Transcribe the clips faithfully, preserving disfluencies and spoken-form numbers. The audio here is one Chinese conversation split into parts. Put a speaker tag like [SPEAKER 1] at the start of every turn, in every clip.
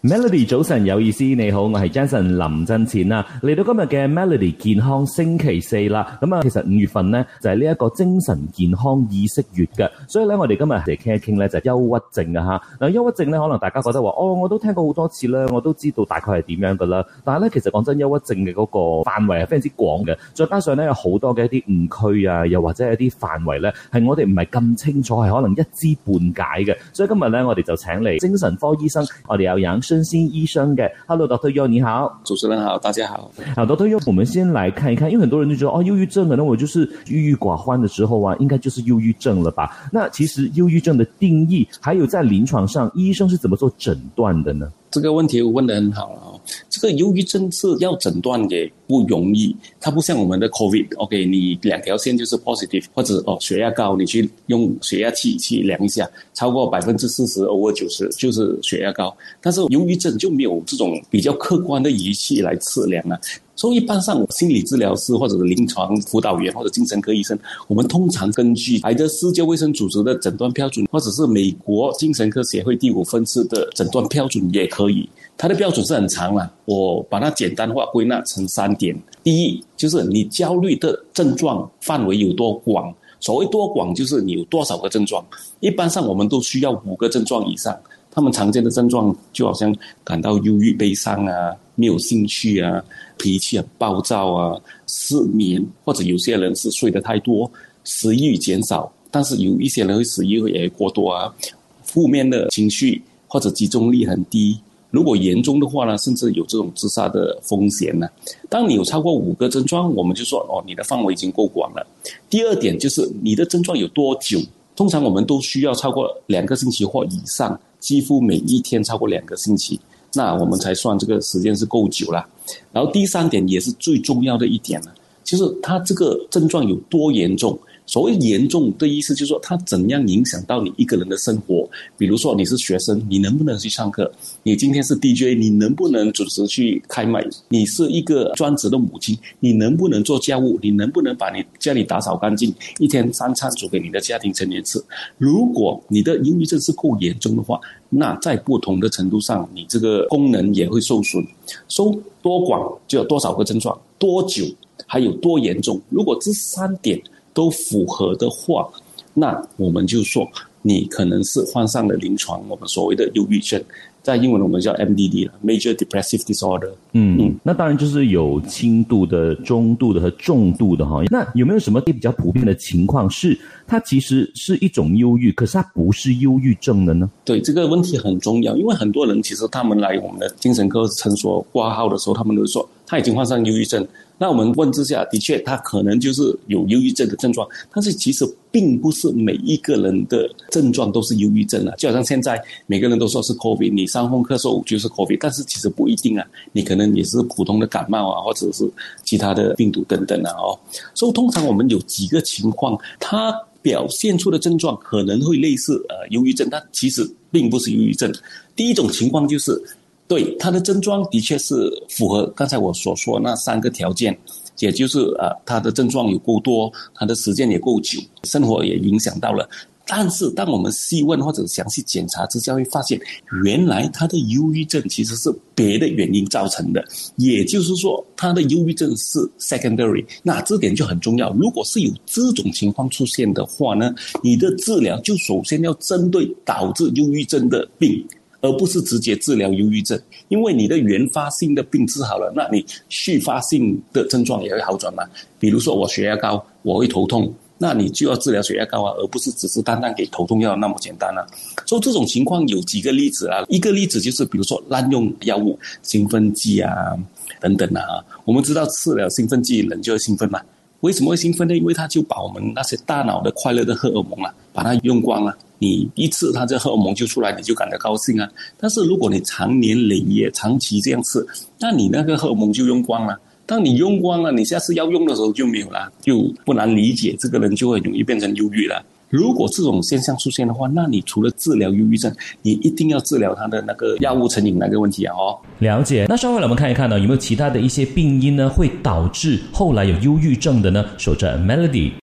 [SPEAKER 1] Melody 早晨有意思，你好，我係 Jason 林振前啊，嚟到今日嘅 Melody 健康星期四啦。咁啊，其實五月份呢，就係呢一個精神健康意識月嘅，所以咧我哋今日嚟傾一傾咧就係憂鬱症啊吓。嗱，憂鬱症咧可能大家覺得話哦，我都聽過好多次啦，我都知道大概係點樣噶啦。但係咧其實講真，憂鬱症嘅嗰個範圍係非常之廣嘅，再加上咧有好多嘅一啲誤區啊，又或者係一啲範圍咧係我哋唔係咁清楚，係可能一知半解嘅。所以今日咧我哋就請嚟精神科醫生，我哋有楊身心醫生嘅 Hello，Doctor Yo 你好。
[SPEAKER 2] 主持人好，大家好。
[SPEAKER 1] 好，Doctor Yo，我們先來看一看，因為很多人就覺得哦，憂鬱症可能我就是鬱鬱寡歡的時候啊，應該就是憂鬱症了吧？那其實憂鬱症的定義，還有在臨床上，醫生是怎麼做診斷的呢？
[SPEAKER 2] 這個問題我問得很好哦。這個憂鬱症是要診斷也不容易，它不像我們的 COVID，OK， 你兩條線就是 positive， 或者哦血壓高，你去用血壓器去量一下，超過百分之四十 over 九十就是血壓高。但是憂鬱症就沒有這種比較客觀的儀器來測量啊。所以一般上心理治療師或者臨床輔導員或者精神科醫生，我們通常根據來自世界衛生組織的診斷標準，或者是美國精神科協會第五分次的診斷標準也可以。它的標準是很長啦，我把它簡單化歸納成三點。第一，就是你焦慮的症狀範圍有多廣，所謂多廣就是你有多少個症狀。一般上我們都需要五個症狀以上。他們常見的症狀就好像感到憂鬱、悲傷啊，沒有興趣啊，脾氣很暴躁啊，失眠，或者有些人是睡得太多，食慾減少，但是有一些人會食慾也過多啊，負面的情緒或者集中力很低，如果嚴重的話呢，甚至有這種自殺的風險呢。當你有超過五個症狀，我們就說哦，你的範圍已經夠廣了。第二點就是你的症狀有多久，通常我們都需要超過兩個星期或以上，幾乎每一天超過兩個星期，那我們才算這個時間是夠久了。然後第三點也是最重要的一點呢，就是它這個症狀有多嚴重。所謂嚴重的意思就是說它怎樣影響到你一個人的生活。比如說你是學生，你能不能去上課？你今天是 D J， 你能不能準時去開麥？你是一個專職的母親，你能不能做家務？你能不能把你家裡打掃乾淨？一天三餐煮給你的家庭成員吃？如果你的憂鬱症是夠嚴重的話，那在不同的程度上，你這個功能也會受損。所以多廣就有多少個症狀，多久，還有多嚴重。如果這三點都符合的話，那我們就說你可能是患上了臨床我們所謂的憂鬱症，在英文我們叫 M D D Major Depressive Disorder。嗯嗯，
[SPEAKER 1] 那當然就是有輕度的、中度的和重度的哈。那有沒有什麼比較普遍的情況是它其實是一種憂鬱，可是它不是憂鬱症的呢？
[SPEAKER 2] 對，這個問題很重要，因為很多人其實他們來我們的精神科診所掛號的時候，他們都說他已經患上憂鬱症。那我們問之下，的確他可能就是有憂鬱症的症狀，但是其實並不是每一個人的症狀都是憂鬱症啊。就好像現在每個人都說是 COVID， 你傷風咳嗽就是 COVID， 但是其實不一定啊，你可能也是普通的感冒啊，或者是其他的病毒等等啊。哦，所以通常我們有幾個情況，它表現出的症狀可能會類似呃憂鬱症，但其實並不是憂鬱症。第一種情況就是對，他的症狀的確是符合剛才我所說的那三個條件，也就是呃，他的症狀有夠多，他的時間也夠久，生活也影響到了。但是當我們細問或者詳細檢查之下，會發現原來他的憂鬱症其實是別的原因造成的，也就是說他的憂鬱症是 secondary。那這點就很重要，如果是有這種情況出現的話呢，你的治療就首先要針對導致憂鬱症的病，而不是直接治療憂鬱症。因為你的原發性的病治好了，那你續發性的症狀也會好轉嘛。比如說我血壓高，我會頭痛，那你就要治療血壓高啊，而不是只是單單給頭痛藥那麼簡單啊。所以這種情況有幾個例子啊，一個例子就是比如說濫用藥物，興奮劑啊等等啊。我們知道吃了興奮劑人就會興奮嘛，為什麼會興奮呢？因為它就把我們那些大腦的快樂的荷爾蒙啊，把它用光了。你一次它這荷爾蒙就出來，你就感到高興啊。但是如果你長年累月長期這樣吃，那你那個荷爾蒙就用光了。當你用光了，你下次要用的時候就沒有了，就不難理解，這個人就會容易變成憂鬱了。如果這種現象出現的話，那你除了治療憂鬱症，你一定要治療他的那個藥物成癮那個問題啊。哦，
[SPEAKER 1] 了解。那稍後來我們看一看呢，有沒有其他的一些病因呢，會導致後來有憂鬱症的呢？守着 Melody。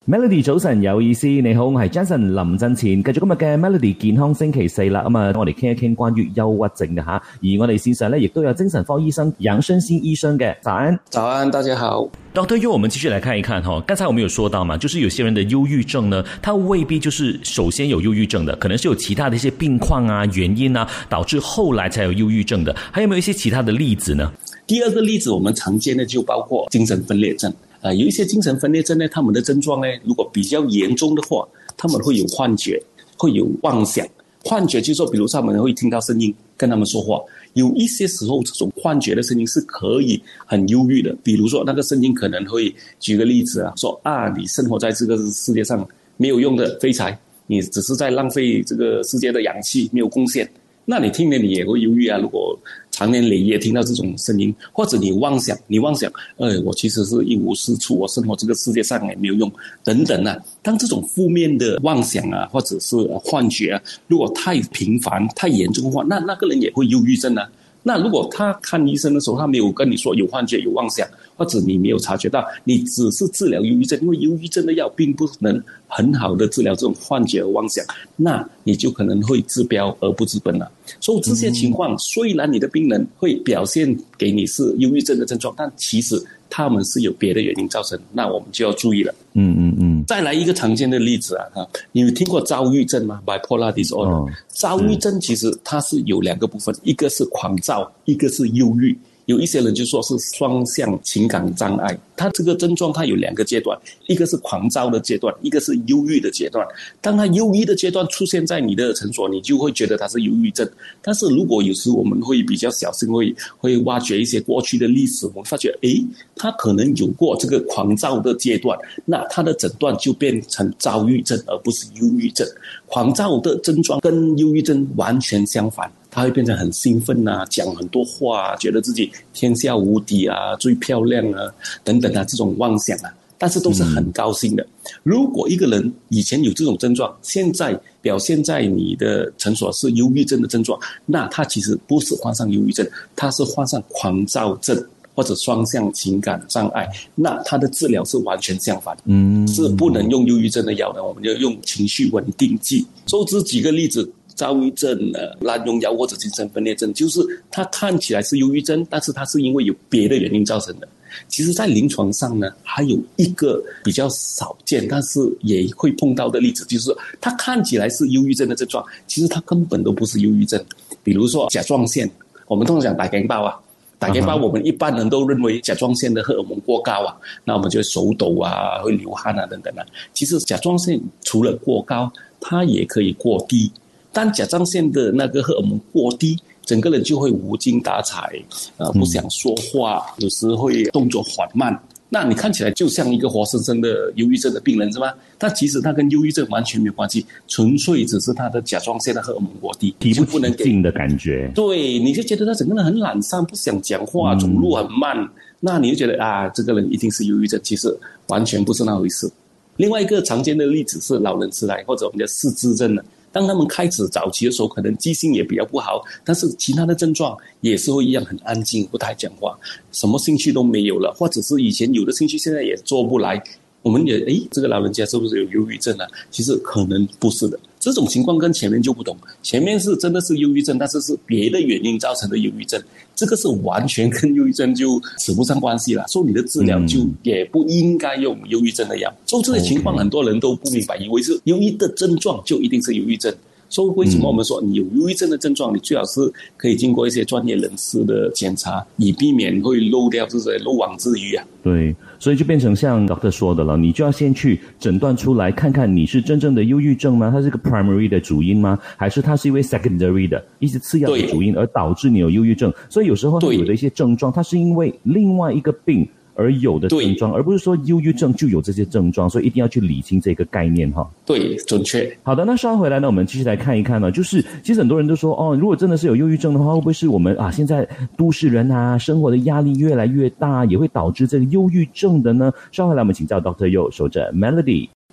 [SPEAKER 1] Melody 早晨有意思，你好，我係 Jason 林振前，繼續今日嘅 Melody 健康星期四啦，咁啊，我哋傾一傾關於憂鬱症嘅吓，而我哋線上咧亦都有精神科醫生楊生興醫生嘅，早安，
[SPEAKER 2] 早安，大家好。
[SPEAKER 1] Doctor Yu，我們繼續來看一看哈，剛才我們有說到嘛，就是有些人的憂鬱症呢，它未必就是首先有憂鬱症的，可能是有其他的一些病況啊、原因啊，導致後來才有憂鬱症的，還有沒有一些其他的例子呢？
[SPEAKER 2] 第二個例子，我們常見的就包括精神分裂症。呃，有一些精神分裂症呢，他們的症狀呢，如果比較嚴重的話，他們會有幻覺，會有妄想。幻覺就是說，比如說他們會聽到聲音跟他們說話，有一些時候這種幻覺的聲音是可以很憂鬱的。比如說那個聲音可能會舉個例子啊，說啊，你生活在這個世界上沒有用的廢材，你只是在浪費這個世界的氧氣，沒有貢獻。那你聽了你也會憂鬱啊，如果長年累月聽到這種聲音，或者你妄想，你妄想，呃，我其實是一無是處，我生活這個世界上也沒有用，等等啊。當這種負面的妄想啊，或者是幻覺啊，如果太頻繁、太嚴重的話，那那個人也會憂鬱症啊。那如果他看醫生的時候，他沒有跟你說有幻覺、有妄想，或者你沒有察覺到，你只是治療憂鬱症，因為憂鬱症的藥並不能很好的治療這種幻覺和妄想，那你就可能會治標而不治本了。所以這些情況，雖然你的病人會表現給你是憂鬱症的症狀，但其實他們是有別的原因造成，那我們就要注意了。
[SPEAKER 1] 嗯嗯嗯。再
[SPEAKER 2] 來一個常見的例子啊，你有聽過躁鬱症嗎 ？Bipolar disorder。哦。躁鬱症其實它是有兩個部分，一個是狂躁，一個是憂鬱。有一些人就說是雙向情感障礙，他這個症狀它有兩個階段，一個是狂躁的階段，一個是憂鬱的階段。當他憂鬱的階段出現在你的診所，你就會覺得他是憂鬱症。但是如果有時我們會比較小心，會會挖掘一些過去的歷史，我們發覺，誒，他可能有過這個狂躁的階段，那他的診斷就變成躁鬱症，而不是憂鬱症。狂躁的症狀跟憂鬱症完全相反。他會變成很興奮啊，講很多話啊，覺得自己天下無敵啊，最漂亮啊，等等啊，這種妄想啊，但是都是很高興的。嗯、如果一個人以前有這種症狀，現在表現在你的診所是憂鬱症的症狀，那他其實不是患上憂鬱症，他是患上狂躁症或者雙向情感障礙，那他的治療是完全相反，嗯，是不能用憂鬱症的藥的，我們就用情緒穩定劑。說這幾個例子。躁鬱症、呃濫用藥或者精神分裂症，就是它看起來是憂鬱症，但是它是因為有別的原因造成的。其實在臨床上呢，還有一個比較少見，但是也會碰到的例子，就是它看起來是憂鬱症的症狀，其實它根本都不是憂鬱症。比如說甲狀腺，我們通常講大驚包啊，大驚包我們一般人都認為甲狀腺的荷爾蒙過高啊，那我們就會手抖啊，會流汗啊等等啊。其實甲狀腺除了過高，它也可以過低。但甲狀腺的那個荷爾蒙過低，整個人就會無精打采，呃，不想說話，有時會動作緩慢。那你看起來就像一個活生生的憂鬱症的病人，是嗎？但其實它跟憂鬱症完全沒有關係，純粹只是他的甲狀腺的荷爾蒙過低，
[SPEAKER 1] 提不起勁的感覺。
[SPEAKER 2] 對，你就覺得他整個人很懶散，不想講話，走路很慢，嗯、那你就覺得啊，這個人一定是憂鬱症，其實完全不是那回事。另外一個常見的例子是老人痴呆，或者我們叫失智症的。當他們開始早期的時候，可能記性也比較不好，但是其他的症狀也是會一樣很安靜，不太講話，什麼興趣都沒有了，或者是以前有的興趣現在也做不來。我們也誒，這個老人家是不是有憂鬱症啊？其實可能不是的，這種情況跟前面就不同，前面是真的是憂鬱症，但是是別的原因造成的憂鬱症，這個是完全跟憂鬱症就扯不上關係了，所以你的治療就也不應該用憂鬱症的藥。所以這些情況很多人都不明白，以為是憂鬱的症狀就一定是憂鬱症。所以為什麼我們說你有憂鬱症的症狀，你最好是可以經過一些專業人士的檢查，以避免會漏掉這些漏網之魚啊。
[SPEAKER 1] 對，所以就變成像 Doctor 說的了，你就要先去診斷出來，看看你是真正的憂鬱症嗎？它是個 primary 的主因嗎？還是它是因為 secondary 的一些次要的主因而導致你有憂鬱症？所以有時候它有的一些症狀，它是因為另外一個病而有的症狀，而不是說憂鬱症就有這些症狀，所以一定要去理清這個概念哈。
[SPEAKER 2] 對，準確。
[SPEAKER 1] 好的，那稍後回來呢，我們繼續來看一看呢，就是其實很多人都說，哦，如果真的是有憂鬱症的話，會不會是我們啊現在都市人啊生活的壓力越來越大，也會導致這個憂鬱症的呢？稍後回來我們請教 Doctor Yu，守着 Melody。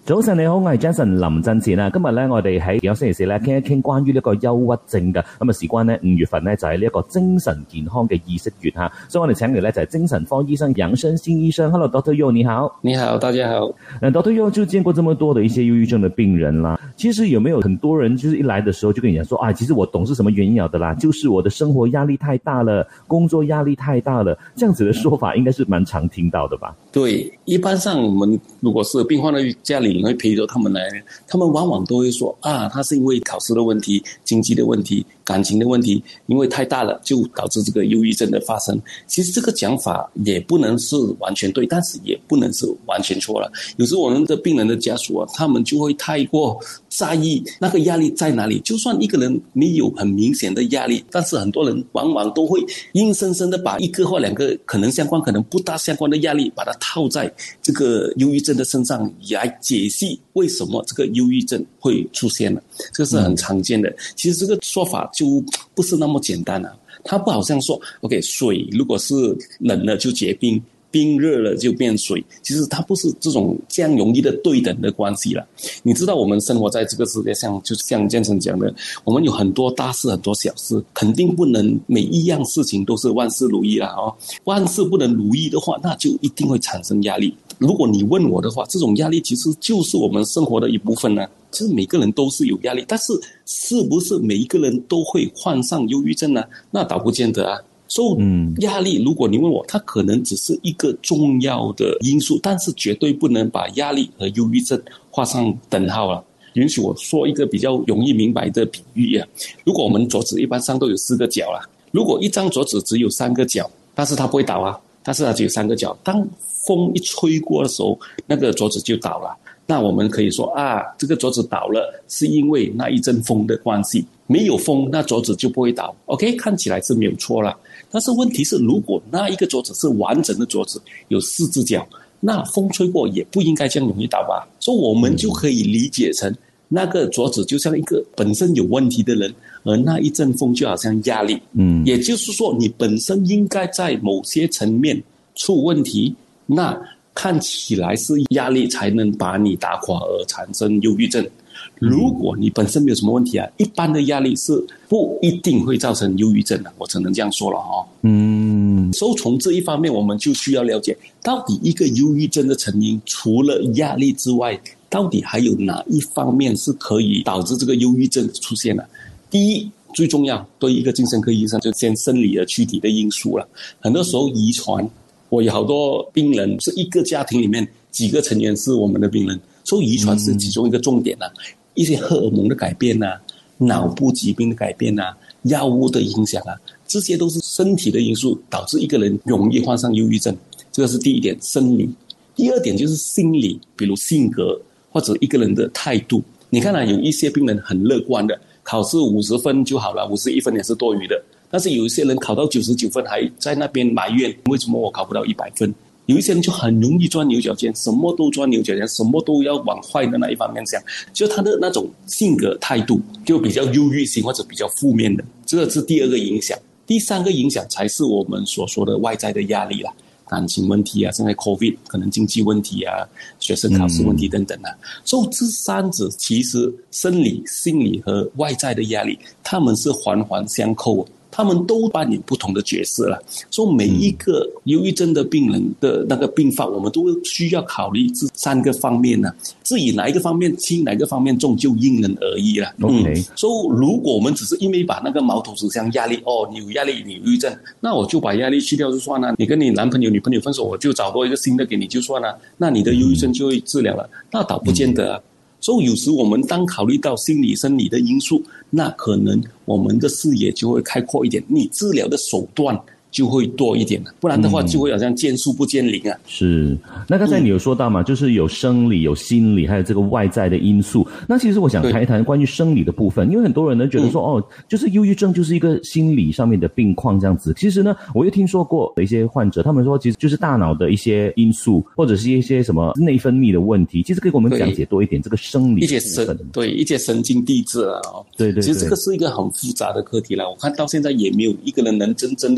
[SPEAKER 1] 早晨你好，我係 Jason 林振前啊。今日咧，我哋喺健康星期四咧，傾一傾關於呢個憂鬱症嘅。咁啊，事關呢五月份呢，就係呢一個精神健康嘅意識月吓，所以我哋請嚟咧就係精神科醫生楊生新醫生。Hello，Doctor Yo， 你好。
[SPEAKER 2] 你好，大家好。
[SPEAKER 1] 那 Doctor Yo 就見過這麼多的一些憂鬱症的病人啦。其實有沒有很多人就是一來的時候就跟你講說，啊，其實我懂是什麼原因了的啦，就是我的生活壓力太大了，工作壓力太大了，這樣子的說法應該是蠻常聽到的吧？
[SPEAKER 2] 對，一般上我們如果是病患的家裡人會陪着他們來，他們往往都會說啊，他是因為考試的問題、經濟的問題、感情的問題，因為太大了就導致這個憂鬱症的發生。其實這個講法也不能是完全對，但是也不能是完全錯了。有時我們的病人的家屬啊，他們就會太過在意那個壓力在哪裡。就算一個人沒有很明顯的壓力，但是很多人往往都會硬生生的把一個或兩個可能相關、可能不大相關的壓力，把它套在這個憂鬱症的身上，來解析為什麼這個憂鬱症會出現了。這個是很常見的。嗯、其實這個說法就不是那麼簡單啊。它不好像說 OK 水如果是冷了就結冰，冰熱了就變水，其實它不是這種這樣容易的對等的關係了。你知道我們生活在這個世界上，就像建成講的，我們有很多大事很多小事，肯定不能每一樣事情都是萬事如意啦哦。萬事不能如意的話，那就一定會產生壓力。如果你問我的話，這種壓力其實就是我們生活的一部分呢。其實每個人都是有壓力，但是是不是每一個人都會患上憂鬱症呢？那倒不見得啊。所以壓力，如果你問我，它可能只是一個重要的因素，但是絕對不能把壓力和憂鬱症畫上等號了。允許我說一個比較容易明白的比喻啊，如果我們桌子一般上都有四個角啦，如果一張桌子只有三個角，但是它不會倒啊，但是它只有三個角，當風一吹過的時候，那個桌子就倒了。那我們可以說啊，這個桌子倒了是因為那一陣風的關係，沒有風那桌子就不會倒。OK， 看起來是沒有錯啦。但是問題是，如果那一個桌子是完整的桌子，有四隻角，那風吹過也不應該這樣容易倒吧。所以我們就可以理解成，那個桌子就像一個本身有問題的人，而那一陣風就好像壓力。嗯，也就是說，你本身應該在某些層面出問題，那看起來是壓力才能把你打垮而產生憂鬱症。如果你本身沒有什麼問題啊，一般的壓力是不一定會造成憂鬱症的，我只能這樣說了哈。嗯，所以從這一方面，我們就需要了解到底一個憂鬱症的成因，除了壓力之外，到底還有哪一方面是可以導致這個憂鬱症出現的？第一，最重要，對一個精神科醫生就先生理和軀體的因素了。很多時候遺傳，我有好多病人是一個家庭裡面幾個成員是我們的病人，所以遺傳是其中一個重點啊。一些荷爾蒙的改變啊，腦部疾病的改變啊，藥物的影響啊，這些都是身體的因素導致一個人容易患上憂鬱症。這個是第一點，生理。第二點就是心理，比如性格或者一個人的態度。你看啊，有一些病人很樂觀的，考試五十分就好了，五十一分也是多餘的。但是有一些人考到九十九分還在那邊埋怨，為什麼我考不到一百分？有一些人就很容易鑽牛角尖，什麼都鑽牛角尖，什麼都要往壞的那一方面想，就他的那種性格態度就比較憂鬱性或者比較負面的，這個是第二個影響。第三個影響才是我們所說的外在的壓力啦，感情問題啊，現在 COVID 可能經濟問題啊，學生考試問題等等啊，所以這三者其實生理、心理和外在的壓力，他們是環環相扣，他們都扮演不同的角色了。所以每一個憂鬱症的病人的那個病發，我們都需要考慮這三個方面呢。至於哪一個方面輕，哪一個方面重，就因人而異了。Okay. 嗯，所以如果我們只是因為把那個矛頭指向壓力，哦，你有壓力，你有憂鬱症，那我就把壓力去掉就算了。你跟你男朋友、女朋友分手，我就找多一個新的給你就算了，那你的憂鬱症就會治療了。那倒不見得啊。嗯，所以有時我們當考慮到心理生理的因素，那可能我們的視野就會開闊一點，你治療的手段就會多一點，不然的話就會好像見樹不見林啊。是，那剛才你有說到嘛，就是有生理、有心理，還有這個外在的因素。那其實我想談一談關於生理的部分，因為很多人呢覺得說，哦，就是憂鬱症就是一個心理上面的病況這樣子。其實呢，我又聽說過的一些患者，他們說其實就是大腦的一些因素，或者是一些什麼內分泌的問題。其實可以給我們講解多一點這個生理的部分。一些神，對，一些神經遞質啊。對對對。其實這個是一個很複雜的課題啦。我看到現在也沒有一個人能真正的把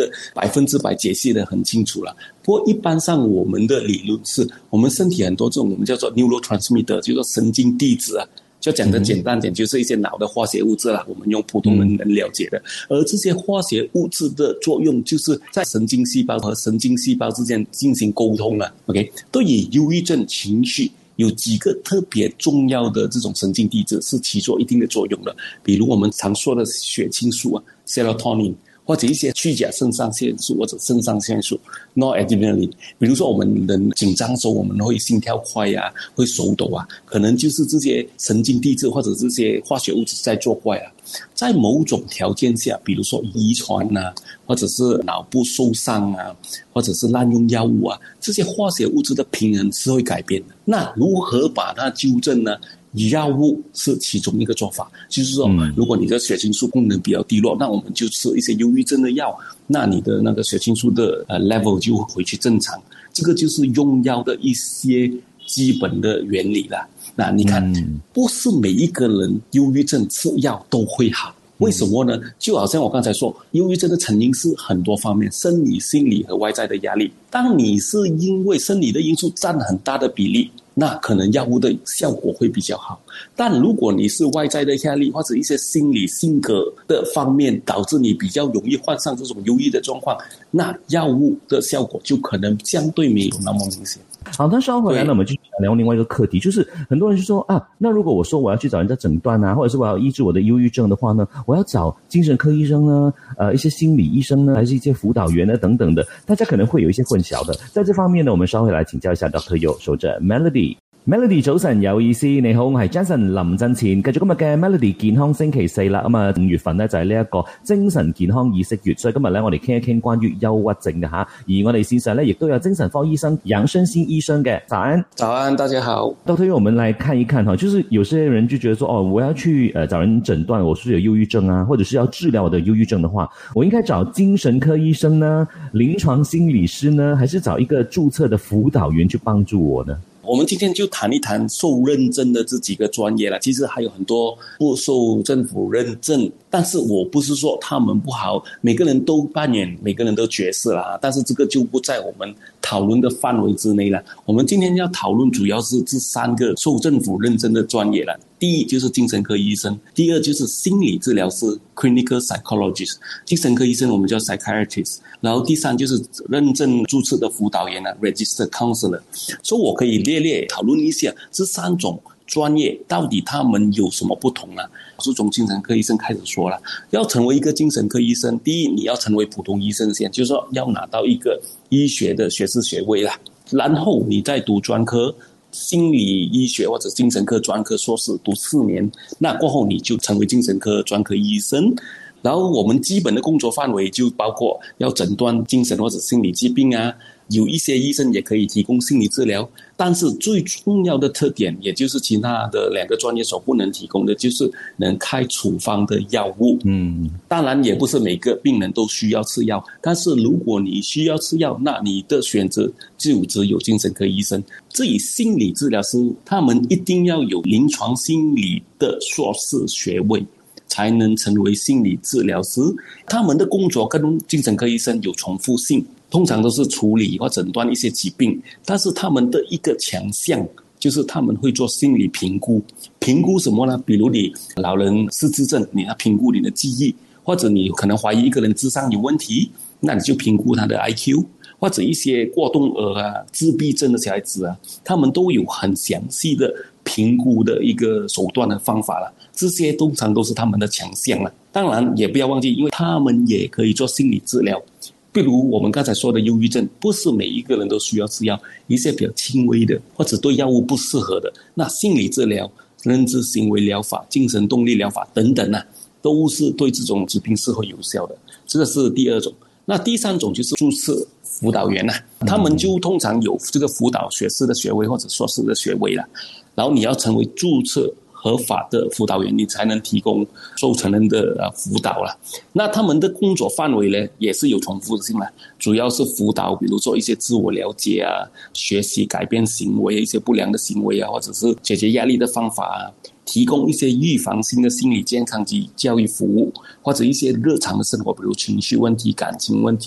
[SPEAKER 2] 百分之百解析的很清楚了。不过一般上我们的理论是，我们身体很多这种我们叫做 neurotransmitter， 就是说神经递质啊，就讲得简单点，就是一些脑的化学物质啦，我们用普通人能了解的。而这些化学物质的作用，就是在神经细胞和神经细胞之间进行沟通了。OK， 对于忧郁症情绪有几个特别重要的这种神经递质是起作一定的作用的，比如我们常说的血清素啊 serotonin， 或者一些去甲肾上腺素或者肾上腺素 noradrenaline。 比如说我们人紧张的时候我们会心跳快啊，会手抖啊，可能就是这些神经递质或者这些化学物质在作怪啊。在某种条件下，比如说遗传啊，或者是脑部受伤啊，或者是滥用药物啊，这些化学物质的平衡是会改变的。那如何把它纠正呢？药物是其中一个做法，就是说如果你的血清素功能比较低落，那我们就吃一些忧郁症的药，那你的那个血清素的呃 level 就回去正常。这个就是用药的一些基本的原理啦。那你看，不是每一个人忧郁症吃药都会好，为什么呢？就好像我刚才说，忧郁症的成因是很多方面，生理、心理和外在的压力。当你是因为生理的因素占很大的比例，那可能药物的效果会比较好。但如果你是外在的压力或者一些心理性格的方面导致你比较容易患上这种忧郁的状况，那药物的效果就可能相对没有那么明显。
[SPEAKER 1] 好，那稍后回来呢，我们就聊另外一个课题，就是很多人就说啊，那如果我说我要去找人家诊断啊，或者是我要医治我的忧郁症的话呢，我要找精神科医生呢，呃，一些心理医生呢，还是一些辅導員呢等等的，大家可能會有一些混淆的。在這方面呢，我們稍後來請教一下 Doctor Yo， 守着 Melody。Melody 早晨有意思，你好，我係 Jason 林振前，繼續今日嘅 Melody 健康星期四啦。咁啊，五月份呢就係呢一個精神健康意識月，所以今日呢我哋傾一傾關於憂鬱症嘅吓。而我哋線上呢亦都有精神科醫生楊生新醫生嘅，早安。
[SPEAKER 2] 早安，大家好。
[SPEAKER 1] Doctor Yo，我們來看一看哈，就是有些人就覺得說，哦，我要去呃找人診斷我是不是有憂鬱症啊，或者是要治療我的憂鬱症的話，我應該找精神科醫生呢，臨床心理師呢，還是找一個註冊的輔導員去幫助我呢？
[SPEAKER 2] 我们今天就谈一谈受认证的这几个专业了，其实还有很多不受政府认证，但是我不是说他们不好，每个人都扮演每个人的角色啦，但是这个就不在我们讨论的范围之内了。我们今天要讨论主要是这三个受政府认证的专业了。第一就是精神科医生，第二就是心理治疗师 clinical psychologist， 精神科医生我们叫 psychiatrist， 然后第三就是认证注册的辅导员 registered counselor。 所以我可以列列讨论一下这三种专业到底他们有什么不同呢？是从精神科医生开始说了。要成为一个精神科医生，第一你要成为普通医生先，就是说要拿到一个医学的学士学位啦，然后你再读专科心理医学或者精神科专科硕士，读四年，那过后你就成为精神科专科医生。然后我们基本的工作范围就包括要诊断精神或者心理疾病啊，有一些医生也可以提供心理治疗，但是最重要的特点，也就是其他的两个专业所不能提供的，就是能开处方的药物。嗯，当然也不是每个病人都需要吃药，但是如果你需要吃药，那你的选择就只有精神科医生。至于心理治疗师，他们一定要有临床心理的硕士学位，才能成为心理治疗师。他们的工作跟精神科医生有重复性，通常都是处理或诊断一些疾病，但是他们的一个强项就是他们会做心理评估。评估什么呢？比如你老人失智症，你要评估你的记忆，或者你可能怀疑一个人智商有问题，那你就评估他的 I Q， 或者一些过动儿啊、自闭症的小孩子啊，他们都有很详细的评估的一个手段的方法了，这些通常都是他们的强项了。当然也不要忘记，因为他们也可以做心理治疗，比如我们刚才说的忧郁症，不是每一个人都需要吃药，一些比较轻微的或者对药物不适合的，那心理治疗、认知行为疗法、精神动力疗法等等啊，都是对这种疾病是会有效的。这个是第二种。那第三种就是注册辅导员啊，他们就通常有这个辅导学士的学位或者硕士的学位了，然后你要成为注册合法的辅导员，你才能提供受承认的呃辅导了。那他们的工作范围呢，也是有重复性的，主要是辅导，比如说一些自我了解啊、学习改变行为、一些不良的行为啊，或者是解决压力的方法啊，提供一些预防性的心理健康及教育服务，或者一些日常的生活，比如情绪问题、感情问题、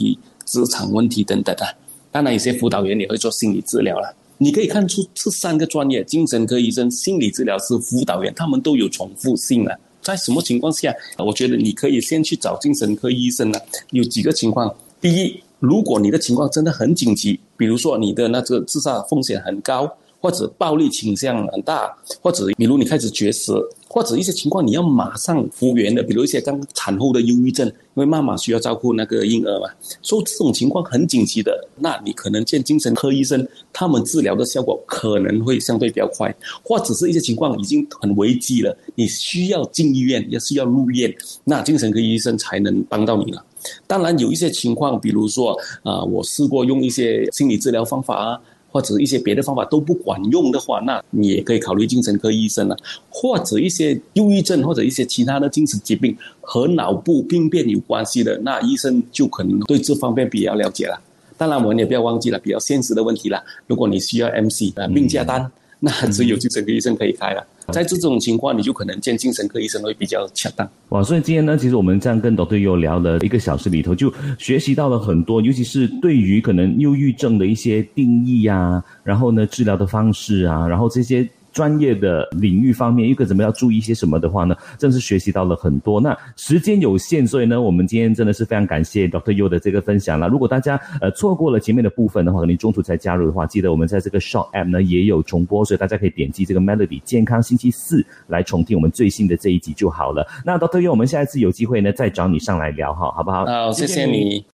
[SPEAKER 2] 职场问题等等啊。当然，有些辅导员也会做心理治疗了。你可以看出这三个专业，精神科医生、心理治疗师、辅导员，他们都有重复性了。在什么情况下，我觉得你可以先去找精神科医生呢？有几个情况。第一，如果你的情况真的很紧急，比如说你的那个自杀风险很高，或者暴力倾向很大，或者比如你开始绝食，或者一些情况你要马上复原的，比如一些刚产后的忧郁症，因为妈妈需要照顾那个婴儿嘛，所以这种情况很紧急的，那你可能见精神科医生，他们治疗的效果可能会相对比较快。或者是一些情况已经很危机了，你需要进医院，也需要入院，那精神科医生才能帮到你了。当然有一些情况，比如说啊、呃，我试过用一些心理治疗方法啊，或者一些别的方法都不管用的话，那你也可以考虑精神科医生了。或者一些忧郁症或者一些其他的精神疾病和脑部病变有关系的，那医生就可能对这方面比较了解了。当然我们也不要忘记了比较现实的问题了，如果你需要 M C 啊病假单、嗯、那只有精神科医生可以开了。在这种情况，你就可能见精神科医生会比较恰当。
[SPEAKER 1] 哇，所以今天呢，其实我们这样跟 Doctor Yeo 聊了一个小时里头，就学习到了很多，尤其是对于可能忧郁症的一些定义啊，然后呢治疗的方式啊，然后这些专业的领域方面，一个怎么要注意一些什么的话呢，真是学习到了很多。那时间有限，所以呢，我们今天真的是非常感谢 Doctor Yeo 的这个分享了。如果大家呃错过了前面的部分的话，可能中途才加入的话，记得我们在这个 Short App 呢也有重播，所以大家可以点击这个 Melody 健康星期四来重听我们最新的这一集就好了。那 Doctor Yeo， 我们下一次有机会呢再找你上来聊哈，好不好？
[SPEAKER 2] 好，谢谢你。